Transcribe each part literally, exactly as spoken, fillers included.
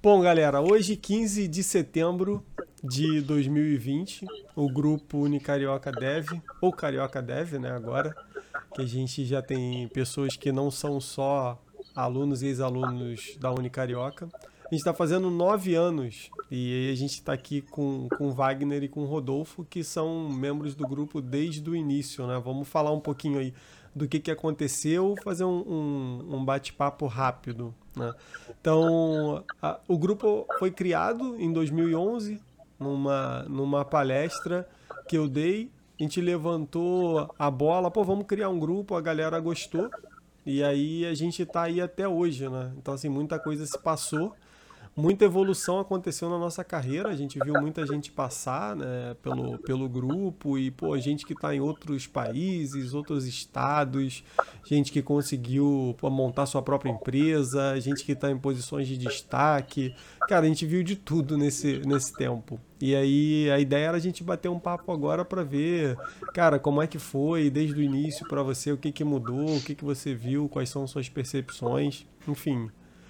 Bom, galera, hoje, quinze de setembro de dois mil e vinte, o grupo Unicarioca Dev, ou Carioca Dev, né, agora, que a gente já tem pessoas que não são só alunos e ex-alunos da Unicarioca. A gente está fazendo nove anos e aí a gente está aqui com, com o Wagner e com o Rodolfo, que são membros do grupo desde o início, né? Vamos falar um pouquinho aí do que, que aconteceu, fazer um, um, um bate-papo rápido, né? Então, a- o grupo foi criado em dois mil e onze, numa, numa palestra que eu dei. A gente levantou a bola, pô, vamos criar um grupo, a galera gostou. E aí a gente tá aí até hoje, né? Então, assim, muita coisa se passou. Muita evolução aconteceu na nossa carreira, a gente viu muita gente passar, né, pelo, pelo grupo e, pô, gente que está em outros países, outros estados, gente que conseguiu, pô, montar sua própria empresa, gente que está em posições de destaque. Cara, a gente viu de tudo nesse, nesse tempo. E aí a ideia era a gente bater um papo agora para ver, cara, como é que foi desde o início para você, o que que mudou, o que que você viu, quais são suas percepções, enfim.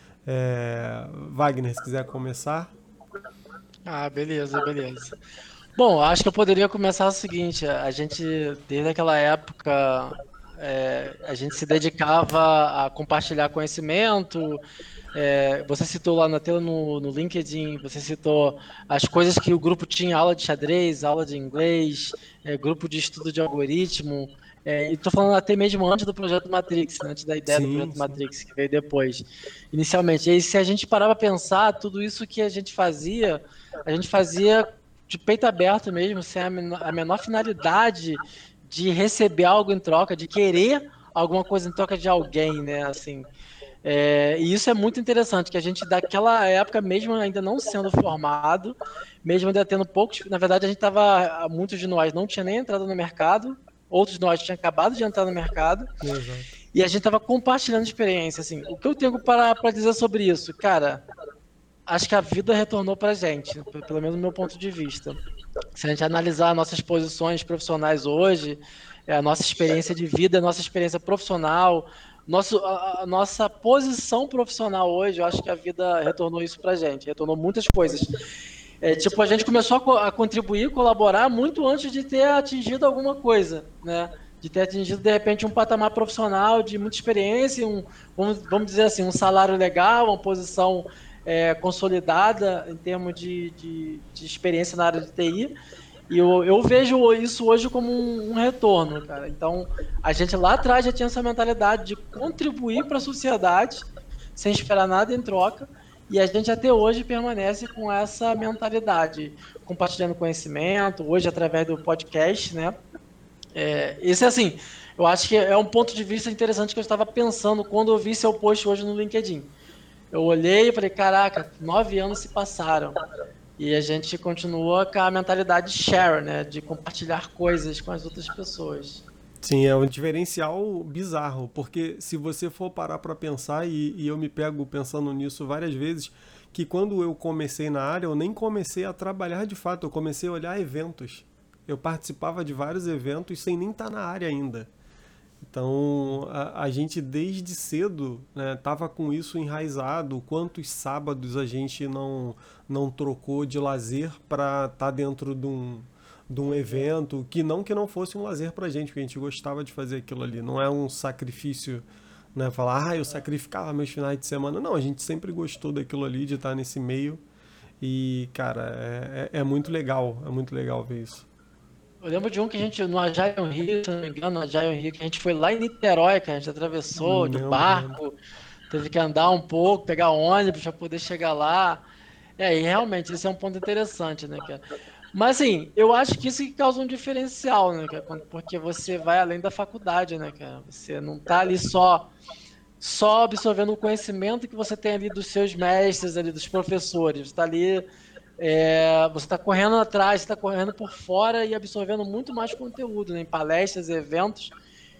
É, Wagner, se quiser começar. Ah, beleza, beleza. Bom, acho que eu poderia começar o seguinte: a gente, desde aquela época, é, a gente se dedicava a compartilhar conhecimento. É, você citou lá na tela no, no LinkedIn, você citou as coisas que o grupo tinha, aula de xadrez, aula de inglês, é, grupo de estudo de algoritmo. É, e estou falando até mesmo antes do projeto Matrix, né, antes da ideia do Sim, projeto sim. Matrix, que veio depois, inicialmente. E aí, se a gente parar para pensar, tudo isso que a gente fazia, a gente fazia de peito aberto mesmo, sem a menor, a menor finalidade de receber algo em troca, de querer alguma coisa em troca de alguém, né? Assim, é, e isso é muito interessante, que a gente, daquela época, mesmo ainda não sendo formado, mesmo ainda tendo poucos. Na verdade, a gente estava. Muitos de nós não tinha nem entrado no mercado, outros de nós tinham acabado de entrar no mercado, Exato. e a gente estava compartilhando experiência. Assim, o que eu tenho para dizer sobre isso? Cara, acho que a vida retornou para a gente, pelo menos do meu ponto de vista. Se a gente analisar nossas posições profissionais hoje, é, a nossa experiência de vida, a nossa experiência profissional, nosso, a, a nossa posição profissional hoje, eu acho que a vida retornou isso pra gente, retornou muitas coisas. É, tipo, a gente começou a, co a contribuir, colaborar muito antes de ter atingido alguma coisa, né? De ter atingido, de repente, um patamar profissional de muita experiência, um, vamos, vamos dizer assim, um salário legal, uma posição é, consolidada em termos de, de, de experiência na área de T I. E eu, eu vejo isso hoje como um, um retorno, cara. Então, a gente lá atrás já tinha essa mentalidade de contribuir para a sociedade sem esperar nada em troca. E a gente até hoje permanece com essa mentalidade, compartilhando conhecimento, hoje através do podcast, né? É, esse, assim, eu acho que é um ponto de vista interessante que eu estava pensando quando eu vi seu post hoje no LinkedIn. Eu olhei e falei, caraca, nove anos se passaram. E a gente continua com a mentalidade share, né? De compartilhar coisas com as outras pessoas. Sim, é um diferencial bizarro, porque se você for parar para pensar, e, e eu me pego pensando nisso várias vezes, que quando eu comecei na área, eu nem comecei a trabalhar de fato, eu comecei a olhar eventos. Eu participava de vários eventos sem nem estar na área ainda. Então, a, a gente desde cedo, né, tava com isso enraizado. Quantos sábados a gente não, não trocou de lazer para estar tá dentro de um, de um evento, que não que não fosse um lazer pra gente, porque a gente gostava de fazer aquilo ali. Não é um sacrifício, né, falar, ah, eu sacrificava meus finais de semana. Não, a gente sempre gostou daquilo ali, de estar nesse meio. E, cara, é, é, é muito legal, é muito legal ver isso. Eu lembro de um que a gente, no Ajaio Rio, se não me engano, no Ajaio Rio, que a gente foi lá em Niterói, que a gente atravessou de Lembro, lembro. barco, teve que andar um pouco, pegar ônibus para poder chegar lá. É, e realmente, esse é um ponto interessante, né, cara? Mas, assim, eu acho que isso que causa um diferencial, né, cara? Quando- Porque você vai além da faculdade, né, cara? Você não tá ali só só absorvendo o conhecimento que você tem ali dos seus mestres, ali dos professores. Você está ali, é, você está correndo atrás, você está correndo por fora e absorvendo muito mais conteúdo, né, em palestras, eventos.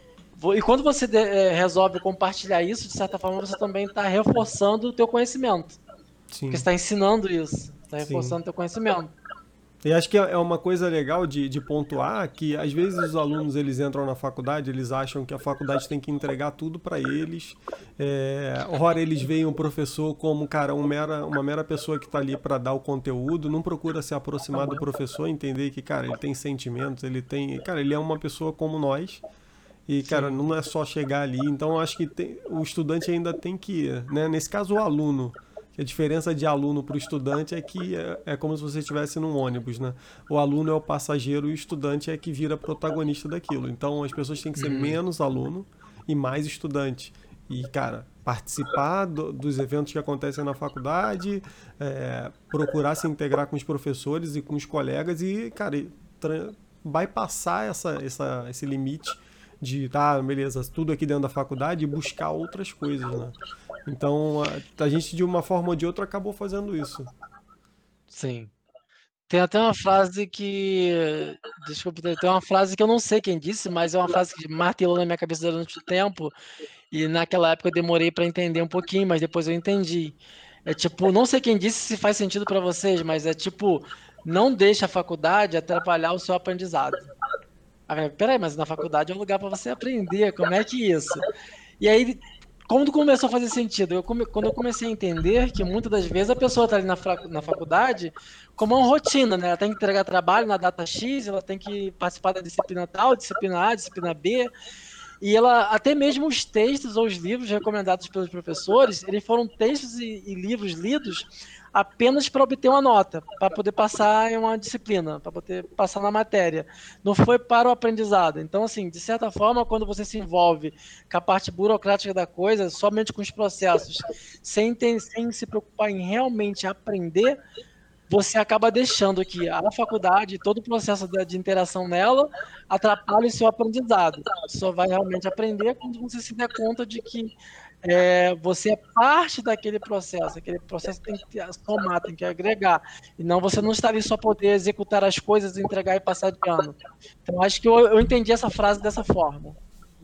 E quando você de, é, resolve compartilhar isso, de certa forma, você também está reforçando o teu conhecimento, porque você Sim, está ensinando isso, está sim. reforçando o teu conhecimento. E acho que é é uma coisa legal de, de pontuar que às vezes os alunos eles entram na faculdade, eles acham que a faculdade tem que entregar tudo para eles. É, ora eles veem o professor como, cara, um mera, uma mera pessoa que está ali para dar o conteúdo, não procura se aproximar do professor, entender que, cara, ele tem sentimentos, ele tem, cara, ele é uma pessoa como nós. E, cara, Sim, não é só chegar ali. Então, eu acho que tem- o estudante ainda tem que, né? Nesse caso, o aluno. Que a diferença de aluno para o estudante é que é, é como se você estivesse num ônibus, né? O aluno é o passageiro e o estudante é que vira protagonista daquilo. Então, as pessoas têm que ser uhum, menos aluno e mais estudante. E, cara, participar do- dos eventos que acontecem na faculdade, é, procurar se integrar com os professores e com os colegas e, cara, e tra- bypassar essa, essa, esse limite de, tá, beleza, tudo aqui dentro da faculdade e buscar outras coisas, né? Então, a, a gente de uma forma ou de outra acabou fazendo isso. sim. Tem até uma frase que. Desculpa, tem uma frase que eu não sei quem disse, mas é uma frase que martelou na minha cabeça durante o tempo. E naquela época eu demorei para entender um pouquinho, mas depois eu entendi. É tipo, não sei quem disse se faz sentido para vocês, mas é tipo, não deixe a faculdade atrapalhar o seu aprendizado. Aí, peraí, mas na faculdade é um lugar para você aprender, como é que é isso? E aí, quando começou a fazer sentido? Eu come- quando eu comecei a entender que muitas das vezes a pessoa está ali na, fra- na faculdade como uma rotina, né? Ela tem que entregar trabalho na data X, ela tem que participar da disciplina tal, disciplina A, disciplina B, e ela, até mesmo os textos ou os livros recomendados pelos professores, eles foram textos e, e livros lidos apenas para obter uma nota, para poder passar em uma disciplina, para poder passar na matéria. Não foi para o aprendizado. Então, assim, de certa forma, quando você se envolve com a parte burocrática da coisa, somente com os processos, sem, ter, sem se preocupar em realmente aprender, você acaba deixando que a faculdade, todo o processo de, de interação nela, atrapalhe o seu aprendizado. Você só vai realmente aprender quando você se der conta de que é, você é parte daquele processo. Aquele processo tem que somar, tem que agregar. E não você não está ali só poder executar as coisas, entregar e passar de ano. Então, acho que eu, eu entendi essa frase dessa forma.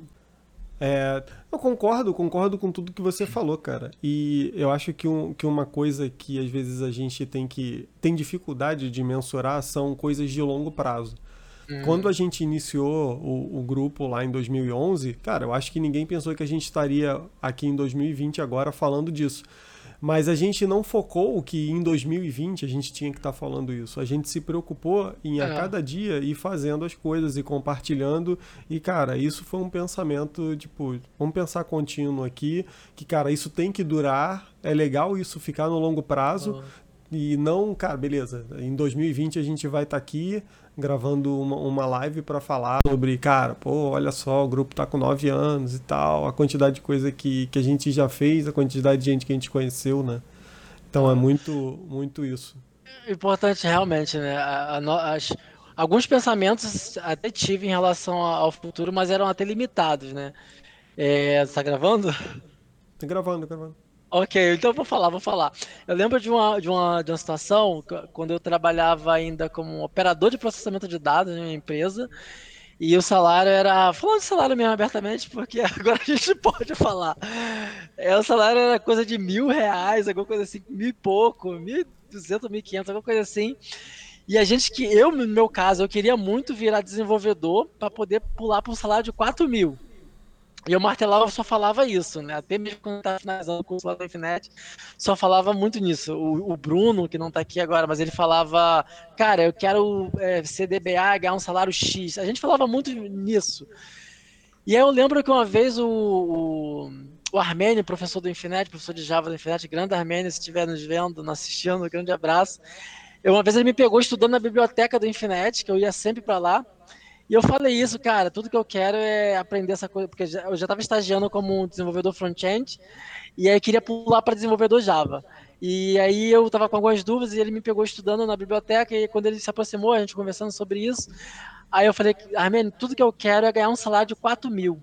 É, eu concordo, concordo com tudo que você falou, cara. E eu acho que, um, que uma coisa que às vezes a gente tem que tem dificuldade de mensurar são coisas de longo prazo. Quando a Hum, gente iniciou o, o grupo lá em dois mil e onze, cara, eu acho que ninguém pensou que a gente estaria aqui em dois mil e vinte agora falando disso. Mas a gente não focou que em dois mil e vinte a gente tinha que estar falando isso. A gente se preocupou em a é, cada dia ir fazendo as coisas e compartilhando. E, cara, isso foi um pensamento, tipo, vamos pensar contínuo aqui, que, cara, isso tem que durar, é legal isso ficar no longo prazo, ó, e não, cara, beleza. Em dois mil e vinte a gente vai estar aqui gravando uma, uma live para falar sobre, cara, pô, olha só, o grupo tá com nove anos e tal, a quantidade de coisa que, que a gente já fez, a quantidade de gente que a gente conheceu, né? Então é ó. muito, muito isso. Importante realmente, né? A- a no- as- alguns pensamentos até tive em relação a- ao futuro, mas eram até limitados, né? É, você tá gravando? Tá gravando, gravando. Ok, então eu vou falar, vou falar. Eu lembro de uma, de uma, de uma situação c- quando eu trabalhava ainda como operador de processamento de dados em uma empresa e o salário era. Falando de salário mesmo abertamente, porque agora a gente pode falar. É, o salário era coisa de mil reais, alguma coisa assim, mil e pouco, mil e duzentos, mil e quinhentos, alguma coisa assim. E a gente que, eu, no meu caso, eu queria muito virar desenvolvedor para poder pular para um salário de quatro mil. E eu martelava, só falava isso, né? Até mesmo quando eu estava finalizando o curso lá da Infinet, só falava muito nisso. O, o Bruno, que não está aqui agora, mas ele falava, cara, eu quero é, ser D B A, ganhar um salário X. A gente falava muito nisso. E aí eu lembro que uma vez o, o, o Armênio, professor do Infinet, professor de Java do Infinet, grande Armênio, se estiver nos vendo, nos assistindo, um grande abraço. Eu, uma vez ele me pegou estudando na biblioteca do Infinet, que eu ia sempre para lá. E eu falei isso, cara, tudo que eu quero é aprender essa coisa, porque eu já estava estagiando como um desenvolvedor front-end, e aí eu queria pular para desenvolvedor Java. E aí eu estava com algumas dúvidas e ele me pegou estudando na biblioteca, e quando ele se aproximou, a gente conversando sobre isso, aí eu falei, Armin, tudo que eu quero é ganhar um salário de quatro mil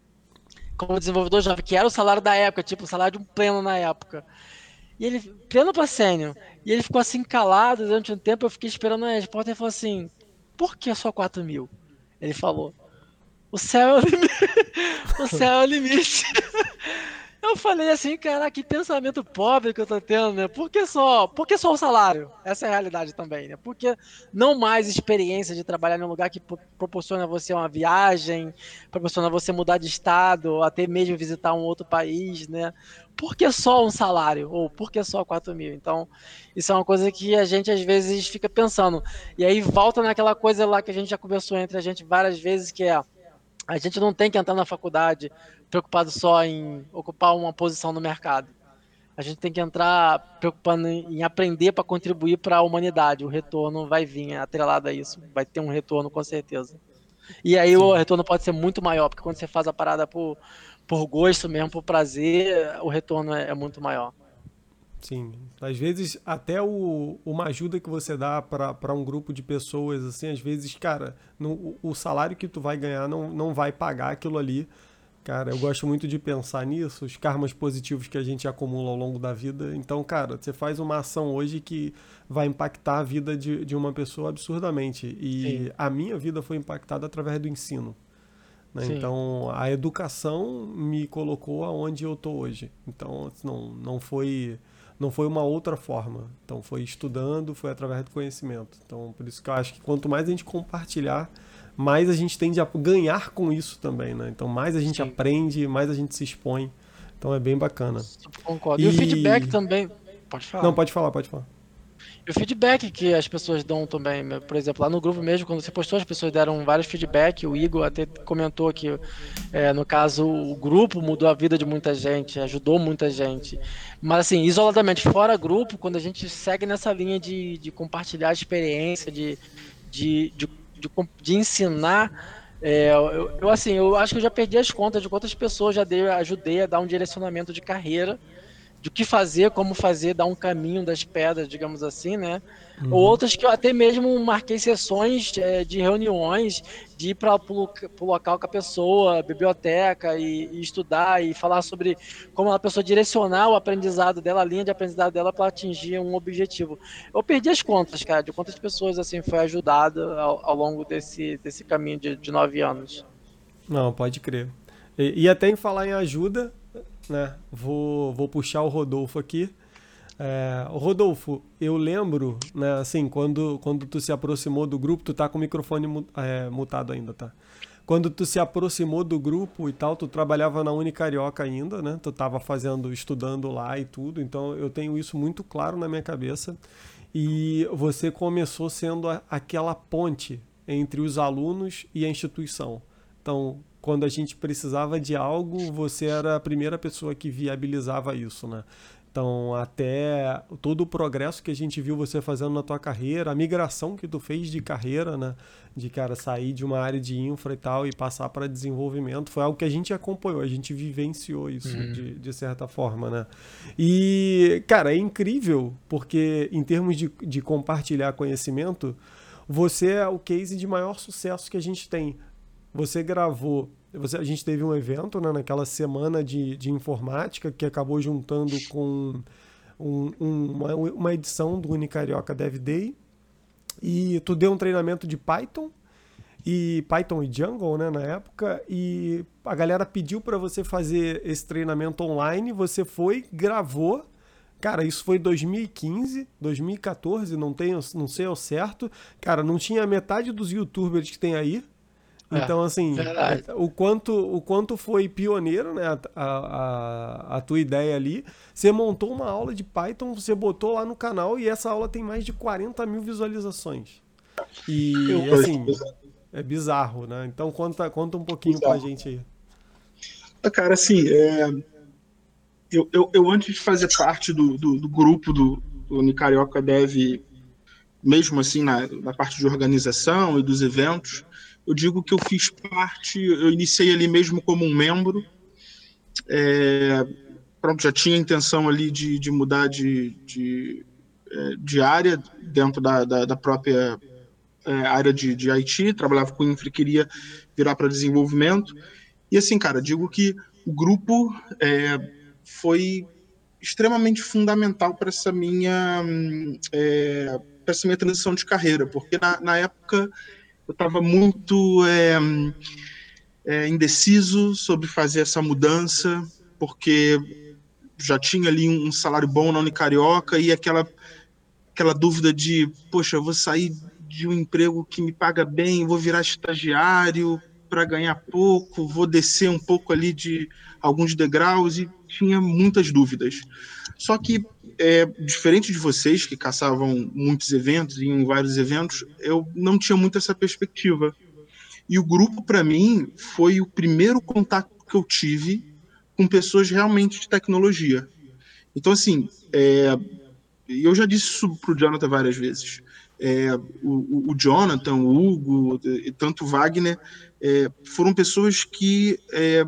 como desenvolvedor Java, que era o salário da época, tipo, o salário de um pleno na época. E ele, pleno para sênior, e ele ficou assim calado durante um tempo, eu fiquei esperando a resposta, e ele falou assim, por que só quatro mil? Ele falou, o céu é o limite. O céu é o limite. Eu falei assim, cara, que pensamento pobre que eu tô tendo, né? Por que só, por que só o salário? Essa é a realidade também, né? Por que não mais experiência de trabalhar em um lugar que pro- proporciona a você uma viagem, proporciona você mudar de estado, até mesmo visitar um outro país, né? Por que só um salário? Ou por que só quatro mil? Então, isso é uma coisa que a gente às vezes fica pensando. E aí volta naquela coisa lá que a gente já conversou entre a gente várias vezes, que é a gente não tem que entrar na faculdade preocupado só em ocupar uma posição no mercado. A gente tem que entrar preocupando em aprender para contribuir para a humanidade. O retorno vai vir atrelado a isso. Vai ter um retorno com certeza. E aí o Sim. retorno pode ser muito maior, porque quando você faz a parada por, por gosto mesmo, por prazer, o retorno é, é muito maior. Sim, às vezes até o, uma ajuda que você dá para um grupo de pessoas, assim, às vezes, cara, no, o o salário que tu vai ganhar não, não vai pagar aquilo ali. Cara, eu gosto muito de pensar nisso, os karmas positivos que a gente acumula ao longo da vida. Então, cara, você faz uma ação hoje que vai impactar a vida de, de uma pessoa absurdamente. E Sim, a minha vida foi impactada através do ensino. Né? sim, Então, a educação me colocou aonde eu tô hoje. Então, não, não foi não foi uma outra forma. Então, foi estudando, foi através do conhecimento. Então, por isso que eu acho que quanto mais a gente compartilhar, mais a gente tende a ganhar com isso também, né? Então, mais a gente sim. aprende, mais a gente se expõe. Então, é bem bacana. Concordo. E o feedback E também. Pode não, falar. pode falar, pode falar. E o feedback que as pessoas dão também, né? Por exemplo, lá no grupo mesmo, quando você postou, as pessoas deram vários feedback. O Igor até comentou que, é, no caso, o grupo mudou a vida de muita gente, ajudou muita gente. Mas, assim, isoladamente, fora grupo, quando a gente segue nessa linha de, de compartilhar experiência, de, de, de, de, com- de ensinar. É, eu, eu, assim, eu acho que eu já perdi as contas de quantas pessoas já dei, ajudei a dar um direcionamento de carreira de o que fazer, como fazer, dar um caminho das pedras, digamos assim, né? Ou Uhum. outras que eu até mesmo marquei sessões é, de reuniões, de ir para o local com a pessoa, biblioteca, e, e estudar e falar sobre como a pessoa direcionar o aprendizado dela, a linha de aprendizado dela para atingir um objetivo. Eu perdi as contas, cara, de quantas pessoas assim foi ajudada ao, ao longo desse, desse caminho de, de nove anos. Não, pode crer. E, e até em falar em ajuda, né? Vou, vou puxar o Rodolfo aqui. É, Rodolfo, eu lembro, né, assim, quando, quando tu se aproximou do grupo, tu tá com o microfone mu- é, mutado ainda, tá? Quando tu se aproximou do grupo e tal, tu trabalhava na Unicarioca ainda, né? Tu tava fazendo, estudando lá e tudo, então eu tenho isso muito claro na minha cabeça. E você começou sendo a- aquela ponte entre os alunos e a instituição. Então, quando a gente precisava de algo, você era a primeira pessoa que viabilizava isso, né? Então, até todo o progresso que a gente viu você fazendo na tua carreira, a migração que tu fez de carreira, né? De, cara, sair de uma área de infra e tal e passar para desenvolvimento, foi algo que a gente acompanhou, a gente vivenciou isso Uhum. de, de certa forma, né? E, cara, é incrível, porque em termos de, de compartilhar conhecimento, você é o case de maior sucesso que a gente tem. Você gravou. Você, a gente teve um evento, né, naquela semana de, de informática que acabou juntando com um- um- uma, uma edição do Unicarioca Dev Day. E tu deu um treinamento de Python e Python e Django, né, na época, e a galera pediu para você fazer esse treinamento online, você foi, gravou. Cara, isso foi dois mil e quinze, dois mil e quatorze, não tenho, não sei ao certo. Cara, não tinha a metade dos YouTubers que tem aí. É, Então, assim, verdade. o quanto, o quanto foi pioneiro, né, a, a, a tua ideia ali. Você montou uma aula de Python, você botou lá no canal e essa aula tem mais de quarenta mil visualizações. Eu, E, Foi assim, é bizarro, né? Então, conta, conta um pouquinho pra bizarro. gente aí. Ah, cara, assim, é, eu, eu, eu antes de fazer parte do, do, do grupo do, do Unicarioca Dev, mesmo assim na, na parte de organização e dos eventos, eu digo que eu fiz parte, eu iniciei ali mesmo como um membro, é, pronto, já tinha intenção ali de, de mudar de, de, é, de área dentro da, da, da própria é, área de, de I T, trabalhava com infra e queria virar para desenvolvimento. E assim, cara, digo que o grupo é, foi extremamente fundamental para essa minha é, para essa minha transição de carreira, porque na, na época eu estava muito é, é, indeciso sobre fazer essa mudança. porque já tinha ali um salário bom na Unicarioca e aquela, aquela dúvida de, poxa, eu vou sair de um emprego que me paga bem, vou virar estagiário para ganhar pouco, vou descer um pouco ali de alguns degraus, e tinha muitas dúvidas. Só que, é, diferente de vocês, que caçavam muitos eventos, e em vários eventos, eu não tinha muito essa perspectiva. E o grupo, para mim, foi o primeiro contato que eu tive com pessoas realmente de tecnologia. Então, assim, é, eu já disse isso para o Jonathan várias vezes. É, o, o Jonathan, o Hugo, e tanto o Wagner, é, foram pessoas que, é,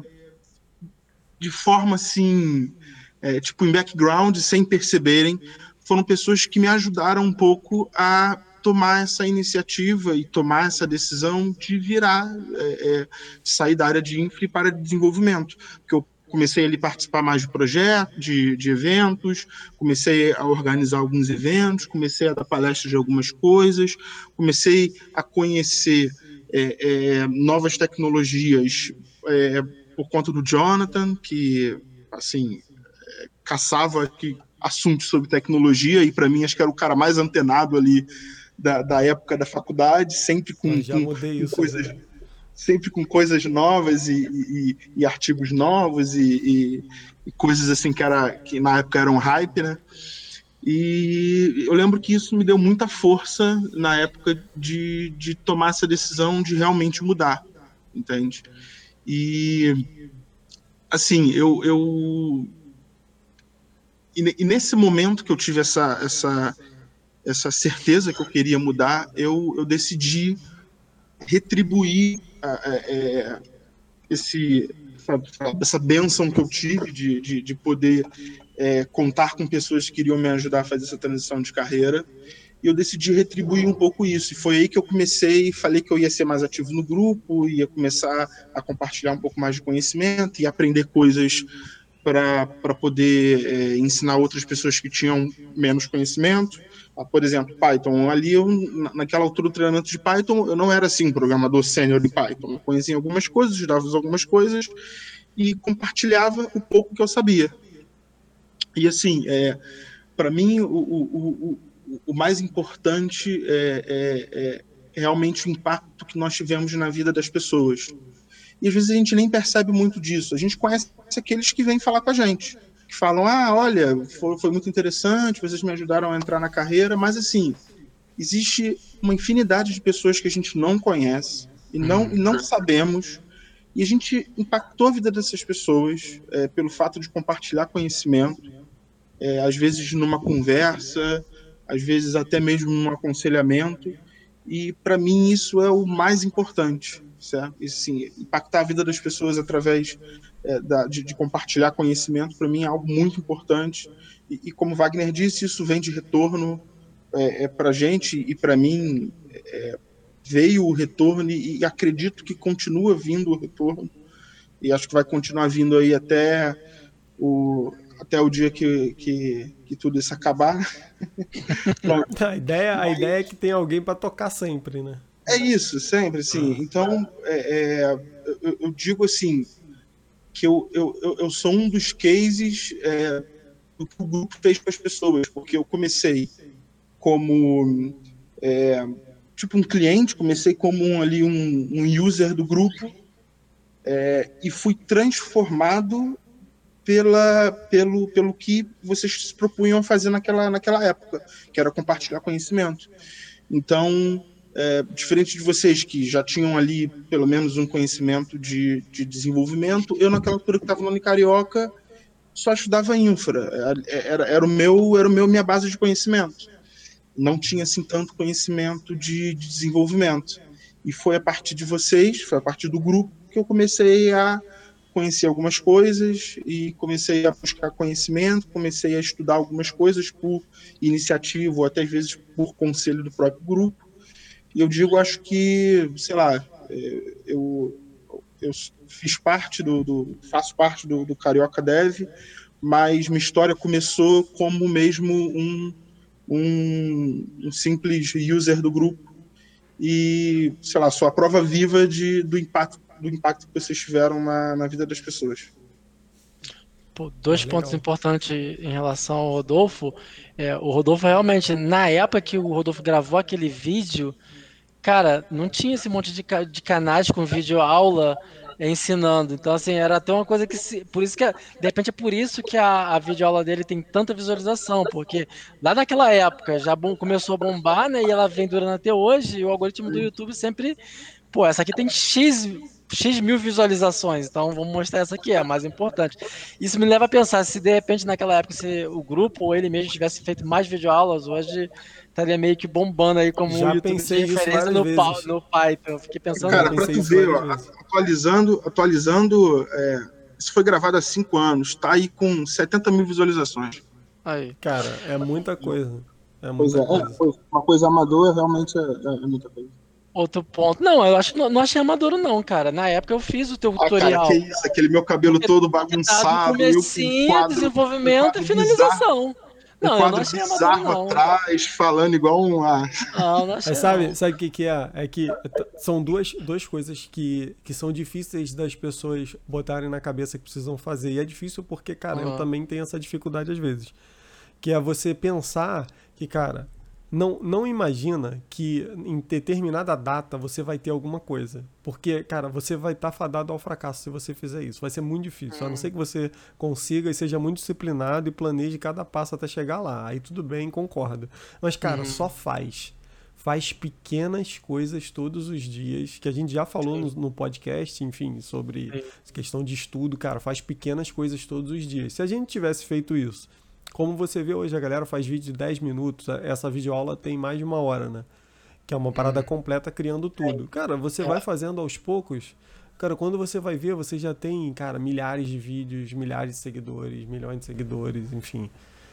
de forma assim, é, tipo em background, sem perceberem, foram pessoas que me ajudaram um pouco a tomar essa iniciativa e tomar essa decisão de virar, é, é, sair da área de infra para desenvolvimento, porque eu comecei ali a participar mais de projetos, de, de eventos, comecei a organizar alguns eventos, comecei a dar palestras de algumas coisas, comecei a conhecer é, é, novas tecnologias, é, por conta do Jonathan, que, assim, caçava aqui assuntos sobre tecnologia, e para mim acho que era o cara mais antenado ali da, da época da faculdade, sempre Pô, com, já com, mudei com isso coisas já. sempre com coisas novas e, e, e artigos novos e, e, e coisas assim que, era, que na época eram hype, né? E eu lembro que isso me deu muita força na época de, de tomar essa decisão de realmente mudar, entende? E, assim, eu, eu e, e nesse momento que eu tive essa, essa, essa certeza que eu queria mudar, eu, eu decidi retribuir é, esse, essa, essa bênção que eu tive de, de, de poder é, contar com pessoas que queriam me ajudar a fazer essa transição de carreira. E eu decidi retribuir um pouco isso. E foi aí que eu comecei, falei que eu ia ser mais ativo no grupo, ia começar a compartilhar um pouco mais de conhecimento e aprender coisas para poder é, ensinar outras pessoas que tinham menos conhecimento. Ah, por exemplo, Python. Ali, eu, naquela altura do treinamento de Python, eu não era assim programador sênior de Python. Eu conhecia algumas coisas, ajudava algumas coisas e compartilhava o pouco que eu sabia. E assim, é, para mim, o, o, o, o mais importante é, é, é realmente o impacto que nós tivemos na vida das pessoas. E às vezes a gente nem percebe muito disso. A gente conhece aqueles que vêm falar com a gente, que falam, ah, olha, foi, foi muito interessante, vocês me ajudaram a entrar na carreira, mas assim, existe uma infinidade de pessoas que a gente não conhece e não, e não sabemos, e a gente impactou a vida dessas pessoas é, pelo fato de compartilhar conhecimento, é, às vezes numa conversa, às vezes até mesmo num aconselhamento, e para mim isso é o mais importante, certo? E, assim, impactar a vida das pessoas através é, da, de, de compartilhar conhecimento, para mim é algo muito importante, e, e como Wagner disse, isso vem de retorno é, é, para a gente, e para mim é, veio o retorno, e, e acredito que continua vindo o retorno, e acho que vai continuar vindo aí até o, até o dia que, que, que tudo isso acabar. A ideia, a ideia é que tem alguém para tocar sempre, né? É isso, sempre, assim. Então, é, é, eu, eu digo assim, que eu, eu, eu sou um dos cases é, do que o grupo fez com as pessoas, porque eu comecei como é, tipo um cliente, comecei como um, ali um, um user do grupo é, e fui transformado pela, pelo, pelo que vocês se propunham a fazer naquela, naquela época, que era compartilhar conhecimento. Então, é, diferente de vocês que já tinham ali pelo menos um conhecimento de, de desenvolvimento, eu naquela altura que estava no Unicarioca só estudava infra, era, era, o meu, era o meu minha base de conhecimento. Não tinha assim tanto conhecimento de, de desenvolvimento. E foi a partir de vocês, foi a partir do grupo que eu comecei a conhecer algumas coisas e comecei a buscar conhecimento, comecei a estudar algumas coisas por iniciativa ou até às vezes por conselho do próprio grupo. E eu digo, acho que, sei lá, eu, eu fiz parte do, do faço parte do, do Carioca Dev, mas minha história começou como mesmo um, um, um simples user do grupo e, sei lá, sou a prova viva de, do, impacto, do impacto que vocês tiveram na, na vida das pessoas. Pô, dois É, pontos legal. importantes em relação ao Rodolfo. É, o Rodolfo realmente, na época que o Rodolfo gravou aquele vídeo, cara, não tinha esse monte de, ca- de canais com vídeo aula é, ensinando. Então, assim, era até uma coisa que se. Por isso que, a- de repente, é por isso que a, a videoaula dele tem tanta visualização, porque lá naquela época já bom, começou a bombar, né? E ela vem durando até hoje, e o algoritmo do YouTube sempre. Pô, essa aqui tem X, X mil visualizações, então vamos mostrar essa aqui, é a mais importante. Isso me leva a pensar, se de repente naquela época se o grupo ou ele mesmo tivesse feito mais videoaulas, hoje estaria meio que bombando aí como o Já YouTube de pensei isso referência várias no, Py- vezes. no Python. Eu fiquei pensando Já Cara, nisso. pra pensei tu isso ver, várias ó, vezes. atualizando, atualizando, é, isso foi gravado há cinco anos, tá aí com setenta mil visualizações. Aí. Cara, é muita coisa. É Pois muita é, é, coisa. pois, uma coisa amadora realmente é, é- é muita coisa. Outro ponto. Não, eu acho, não, não achei amaduro não, cara. Na época eu fiz o teu Ah, cara, que tutorial. isso, aquele meu cabelo Porque todo tá do bagunçado, eu com um comecinho, quadro, um desenvolvimento e quadro bizarro, finalização. um Não, eu não quadro achei amaduro bizarro não. atrás, falando igual um. Ah, Não, não Mas achei sabe, não. sabe o que, que é? É que t- são duas, duas coisas que, que são difíceis das pessoas botarem na cabeça que precisam fazer. E é difícil porque, cara, eu Aham. também tenho essa dificuldade às vezes. Que é você pensar que, cara, não, não imagina que em determinada data você vai ter alguma coisa. Porque, cara, você vai estar fadado ao fracasso se você fizer isso. Vai ser muito difícil. A não ser que você consiga e seja muito disciplinado e planeje cada passo até chegar lá. Aí tudo bem, concordo. Mas, cara, só Uhum. faz. Faz pequenas coisas todos os dias, que a gente já falou no, Sim, no podcast, enfim, sobre sim. questão de estudo, cara, faz pequenas coisas todos os dias. Se a gente tivesse feito isso, como você vê hoje, a galera faz vídeo de dez minutos, essa videoaula tem mais de uma hora, né? Que é uma parada Uhum. completa criando tudo. Cara, você vai É. fazendo aos poucos. Cara, quando você vai ver, você já tem, cara, milhares de vídeos, milhares de seguidores, milhões de seguidores, enfim.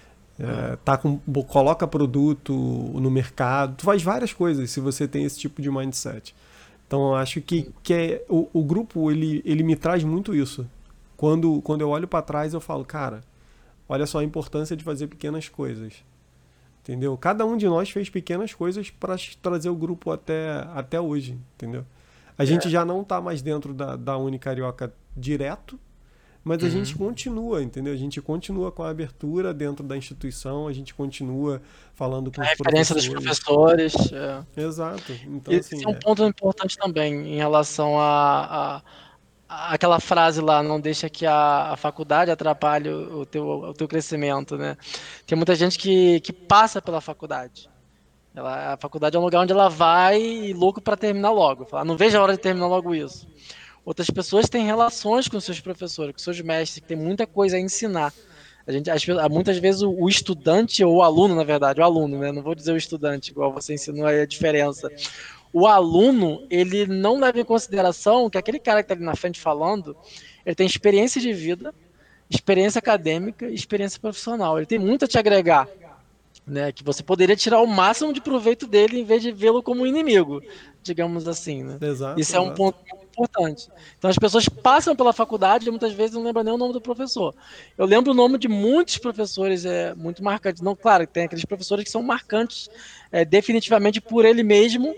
É, tá com, coloca produto no mercado, tu faz várias coisas se você tem esse tipo de mindset. Então eu acho que, que é, o, o grupo ele, ele me traz muito isso. Quando, quando eu olho para trás eu falo, cara, olha só a importância de fazer pequenas coisas. Entendeu? Cada um de nós fez pequenas coisas para trazer o grupo até, até hoje, entendeu? A gente É. já não tá mais dentro da, da Unicarioca direto, mas a gente Uhum. continua, entendeu? A gente continua com a abertura dentro da instituição, a gente continua falando com A os referência dos professores. professores. É. Exato. Então, Esse assim, é um é, ponto importante também em relação a, a- a- aquela frase lá, não deixa que a, a faculdade atrapalhe o, o teu, o teu crescimento, né? Tem muita gente que, que passa pela faculdade. Ela, a faculdade é um lugar onde ela vai e louco para terminar logo. Fala, não vejo a hora de terminar logo isso. Outras pessoas têm relações com seus professores, com seus mestres, que tem muita coisa a ensinar. A gente, as pe- muitas vezes o, o estudante, ou o aluno, na verdade, o aluno, né? Não vou dizer o estudante, igual você ensinou aí a diferença. O aluno, ele não leva em consideração que aquele cara que está ali na frente falando, ele tem experiência de vida, experiência acadêmica e experiência profissional. Ele tem muito a te agregar, né? Que você poderia tirar o máximo de proveito dele em vez de vê-lo como um inimigo, digamos assim, né? exato, Isso é um exato. ponto muito importante. Então as pessoas passam pela faculdade e muitas vezes não lembram nem o nome do professor. Eu lembro o nome de muitos professores é, muito marcantes. Não, claro, tem aqueles professores que são marcantes é, definitivamente por ele mesmo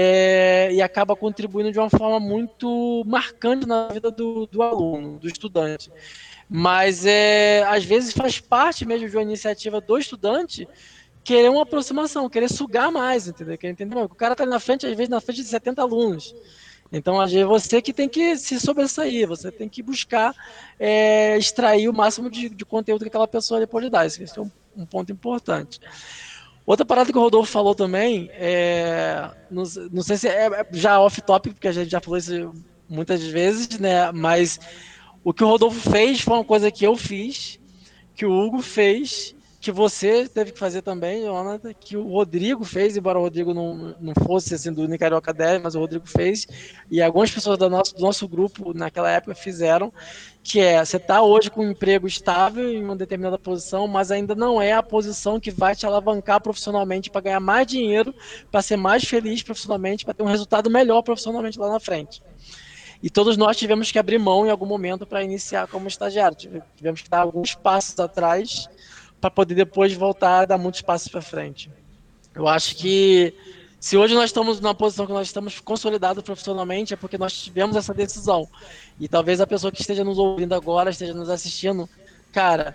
é, e acaba contribuindo de uma forma muito marcante na vida do, do aluno, do estudante. Mas é, às vezes faz parte mesmo de uma iniciativa do estudante querer uma aproximação, querer sugar mais, entendeu? Querer entender, o cara está na frente, às vezes, na frente de setenta alunos. Então, às vezes, você que tem que se sobressair, você tem que buscar é, extrair o máximo de, de conteúdo que aquela pessoa ali pode dar. Esse é um, um ponto importante. Outra parada que o Rodolfo falou também, é, não, não sei se é, é já off-topic, porque a gente já falou isso muitas vezes, né? Mas o que o Rodolfo fez foi uma coisa que eu fiz, que o Hugo fez, que você teve que fazer também, Jonathan, que o Rodrigo fez, embora o Rodrigo não, não fosse assim do Unicarioca dez, mas o Rodrigo fez, e algumas pessoas do nosso, do nosso grupo naquela época fizeram, que é, você está hoje com um emprego estável em uma determinada posição, mas ainda não é a posição que vai te alavancar profissionalmente para ganhar mais dinheiro, para ser mais feliz profissionalmente, para ter um resultado melhor profissionalmente lá na frente. E todos nós tivemos que abrir mão em algum momento para iniciar como estagiário. Tivemos que dar alguns passos atrás para poder depois voltar a dar muitos passos para frente. Eu acho que se hoje nós estamos na posição que nós estamos consolidados profissionalmente, é porque nós tivemos essa decisão. E talvez a pessoa que esteja nos ouvindo agora, esteja nos assistindo, Cara,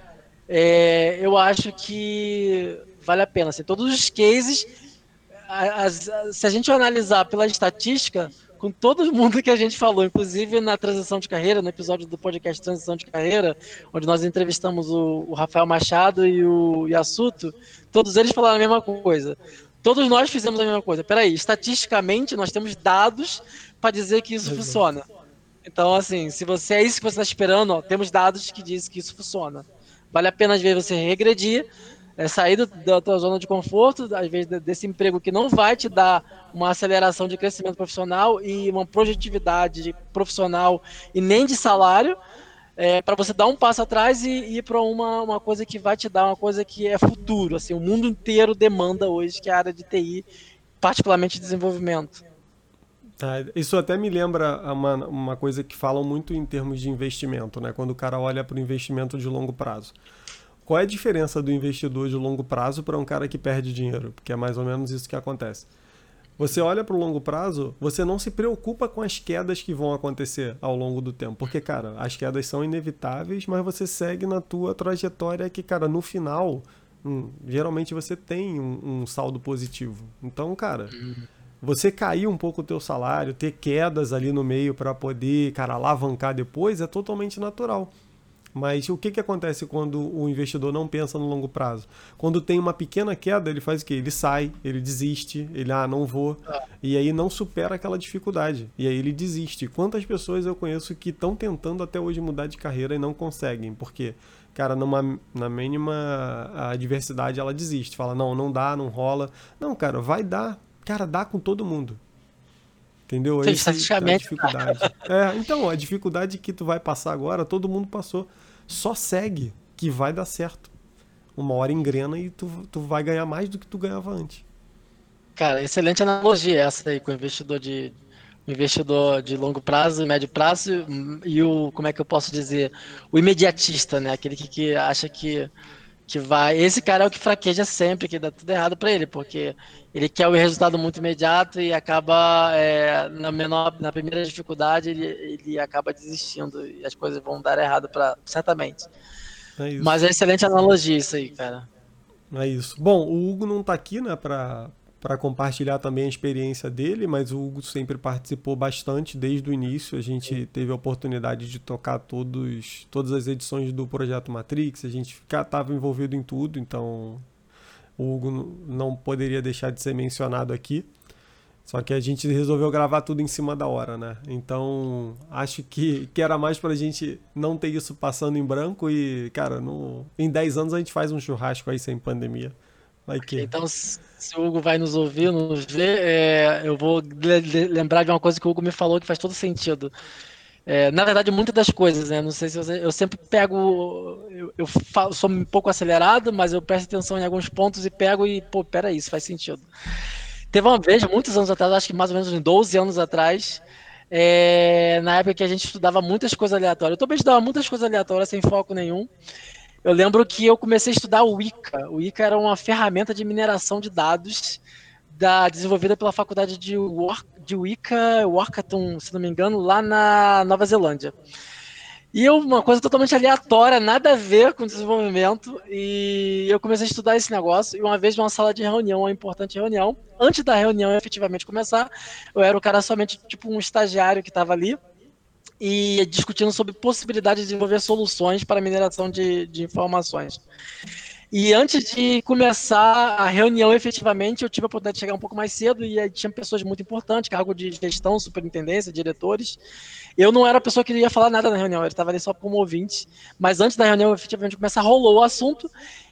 é, eu acho que vale a pena. Assim, todos os cases, a- as- a- se a gente analisar pela estatística, com todo mundo que a gente falou, inclusive na transição de carreira, no episódio do podcast Transição de Carreira, onde nós entrevistamos o, o Rafael Machado e o Yasuto, todos eles falaram a mesma coisa. Todos nós fizemos a mesma coisa. Peraí, estatisticamente, nós temos dados para dizer que isso Exato. funciona. Então, assim, se você é isso que você está esperando, ó, temos dados que dizem que isso funciona. Vale a pena, às vezes, você regredir, é, sair do, da tua zona de conforto, às vezes, desse emprego que não vai te dar uma aceleração de crescimento profissional e uma produtividade profissional e nem de salário, é, para você dar um passo atrás e, e ir para uma, uma coisa que vai te dar uma coisa que é futuro. Assim, o mundo inteiro demanda hoje, que é a área de T I, particularmente desenvolvimento. Ah, isso até me lembra uma, uma coisa que falam muito em termos de investimento, né? Quando o cara olha para o investimento de longo prazo. Qual é a diferença do investidor de longo prazo para um cara que perde dinheiro? Porque é mais ou menos isso que acontece. Você olha para o longo prazo, você não se preocupa com as quedas que vão acontecer ao longo do tempo. Porque, cara, as quedas são inevitáveis, mas você segue na tua trajetória que, cara, no final, hum, geralmente você tem um, um saldo positivo. Então, cara, você cair um pouco o teu salário, ter quedas ali no meio para poder, cara, alavancar depois é totalmente natural. Mas o que, que acontece quando o investidor não pensa no longo prazo? Quando tem uma pequena queda, ele faz o quê? Ele sai, ele desiste, ele, ah, não vou. E aí não supera aquela dificuldade. E aí ele desiste. Quantas pessoas eu conheço que estão tentando até hoje mudar de carreira e não conseguem? Porque, cara, numa, na mínima adversidade ela desiste. Fala, não, não dá, não rola. Não, cara, vai dar. Cara, dá com todo mundo. Entendeu? Sim, Esse é a estatisticamente, dificuldade. É, então, a dificuldade que tu vai passar agora, todo mundo passou. Só segue, que vai dar certo. Uma hora engrena e tu, tu vai ganhar mais do que tu ganhava antes. cara, excelente analogia essa aí com o investidor de o investidor de longo prazo, médio prazo hum, e o, como é que eu posso dizer, o imediatista, né? Aquele que, que acha que, que vai. Esse cara é o que fraqueja sempre, que dá tudo errado para ele, porque ele quer o resultado muito imediato e acaba é, na menor, na primeira dificuldade ele, ele acaba desistindo e as coisas vão dar errado para certamente. É Mas isso. é excelente analogia isso aí, cara. É isso. Bom, o Hugo não tá aqui, né, pra, pra compartilhar também a experiência dele, mas o Hugo sempre participou bastante desde o início. A gente teve a oportunidade de tocar todos, todas as edições do Projeto Matrix, a gente estava envolvido em tudo, então o Hugo não poderia deixar de ser mencionado aqui. Só que a gente resolveu gravar tudo em cima da hora, né? Então, acho que, que era mais pra gente não ter isso passando em branco e, cara, no, em dez anos a gente faz um churrasco aí sem pandemia. Vai que. Então, se se o Hugo vai nos ouvir, nos ver, é, eu vou le- le- lembrar de uma coisa que o Hugo me falou que faz todo sentido. É, na verdade, muitas das coisas, né? Não sei se você, eu sempre pego, eu, eu falo- sou um pouco acelerado, mas eu presto atenção em alguns pontos e pego e, pô, peraí, isso faz sentido. Teve uma vez, muitos anos atrás, acho que mais ou menos uns doze anos atrás, é, na época que a gente estudava muitas coisas aleatórias. Eu também estudava muitas coisas aleatórias sem foco nenhum. Eu lembro que eu comecei a estudar o Wicca. O Wicca era uma ferramenta de mineração de dados da, desenvolvida pela faculdade de, War, de Wicca, Workaton, se não me engano, lá na Nova Zelândia. E eu, uma coisa totalmente aleatória, nada a ver com desenvolvimento, e eu comecei a estudar esse negócio, e uma vez numa sala de reunião, uma importante reunião, antes da reunião efetivamente começar, eu era o cara somente tipo um estagiário que estava ali, e discutindo sobre possibilidade de desenvolver soluções para mineração de, de informações. E antes de começar a reunião efetivamente, eu tive a oportunidade de chegar um pouco mais cedo e aí tinha pessoas muito importantes, cargo de gestão, superintendência, diretores. Eu não era a pessoa que ia falar nada na reunião, eu estava ali só como ouvinte. Mas antes da reunião efetivamente começar, rolou o assunto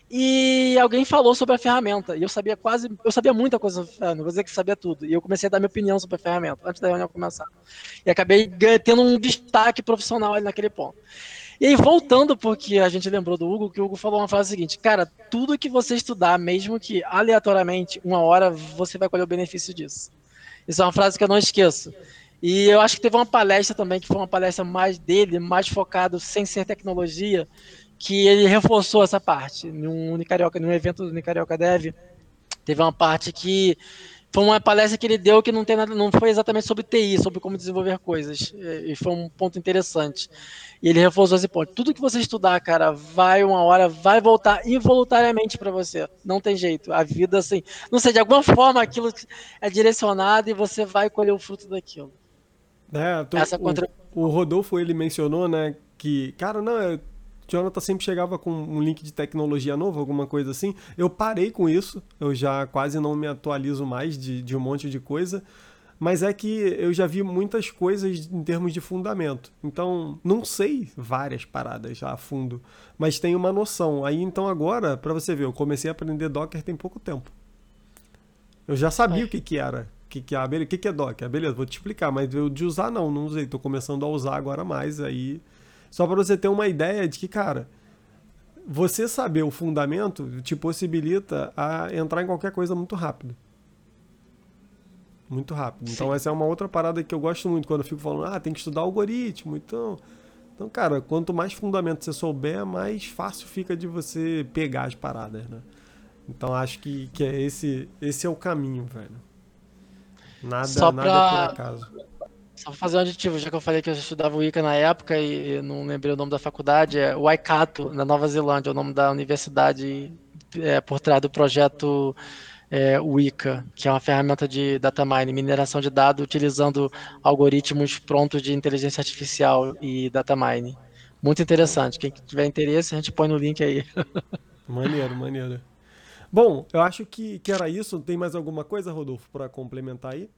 e alguém falou sobre a ferramenta. E eu sabia quase, eu sabia muita coisa, não vou dizer que sabia tudo. E eu comecei a dar minha opinião sobre a ferramenta antes da reunião começar. E acabei tendo um destaque profissional ali naquele ponto. E aí, voltando, porque a gente lembrou do Hugo, que o Hugo falou uma frase seguinte: cara, tudo que você estudar, mesmo que aleatoriamente, uma hora, você vai colher o benefício disso. Isso é uma frase que eu não esqueço. E eu acho que teve uma palestra também, que foi uma palestra mais dele, mais focado sem ser tecnologia, que ele reforçou essa parte. Num Unicarioca, num evento do Unicarioca Dev, teve uma parte que Foi uma palestra que ele deu que não tem nada, não foi exatamente sobre T I, sobre como desenvolver coisas. E foi um ponto interessante. E ele reforçou esse ponto. Tudo que você estudar, cara, vai uma hora, vai voltar involuntariamente para você. Não tem jeito. A vida, assim, não sei, de alguma forma aquilo é direcionado e você vai colher o fruto daquilo. É, tô- Essa o, contra... o Rodolfo, ele mencionou, né, que, cara, não, é, Jonathan sempre chegava com um link de tecnologia novo, alguma coisa assim. Eu parei com isso, eu já quase não me atualizo mais de, de um monte de coisa, mas é que eu já vi muitas coisas em termos de fundamento. Então, não sei várias paradas já a fundo, mas tenho uma noção. Aí, então, agora, pra você ver, eu comecei a aprender Docker tem pouco tempo. Eu já sabia o que que era. O que que, ah, beleza, o que que é Docker? Beleza, vou te explicar, mas eu de usar não, não usei. Tô começando a usar agora mais aí. Só para você ter uma ideia de que, cara, você saber o fundamento te possibilita a entrar em qualquer coisa muito rápido. Muito rápido. Sim. Então essa é uma outra parada que eu gosto muito quando eu fico falando, ah, tem que estudar algoritmo, então... Então, cara, quanto mais fundamento você souber, mais fácil fica de você pegar as paradas, né? Então acho que, que é esse, esse é o caminho, velho. Nada, Só nada é por pra, acaso. só pra fazer um aditivo, já que eu falei que eu estudava o Wicca na época e, e não lembrei o nome da faculdade, é Waikato, na Nova Zelândia, é o nome da universidade é, por trás do projeto é, Wicca, que é uma ferramenta de data mining, mineração de dados utilizando algoritmos prontos de inteligência artificial e data mining. Muito interessante. Quem tiver interesse, a gente põe no link aí. Maneiro, maneiro. Bom, eu acho que, que era isso. Tem mais alguma coisa, Rodolfo, para complementar aí?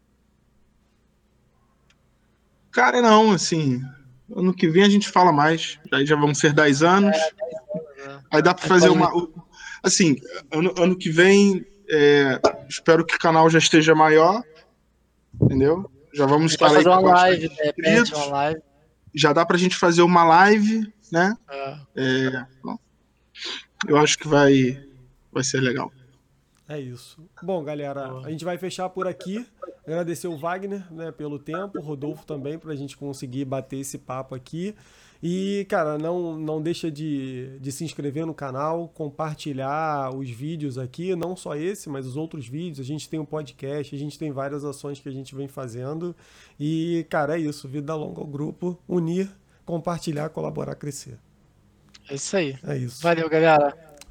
Cara, não, assim, ano que vem a gente fala mais. Aí já vão ser dez anos. Aí dá para A gente fazer pode... uma. Assim, ano, ano que vem, é, espero que o canal já esteja maior, entendeu? Já A vamos gente vai estar aí fazer com uma bastante live, de repente, uma inscritos. live. Já dá pra gente fazer uma live, né? É. É, eu acho que vai, vai ser legal. É isso. Bom, galera, a gente vai fechar por aqui. Agradecer o Wagner, né, pelo tempo, o Rodolfo também, para a gente conseguir bater esse papo aqui. E, cara, não, não deixa de, de se inscrever no canal, compartilhar os vídeos aqui, não só esse, mas os outros vídeos. A gente tem um podcast, a gente tem várias ações que a gente vem fazendo. E, cara, é isso. Vida longa ao grupo, unir, compartilhar, colaborar, crescer. É isso aí. É isso. Valeu, galera.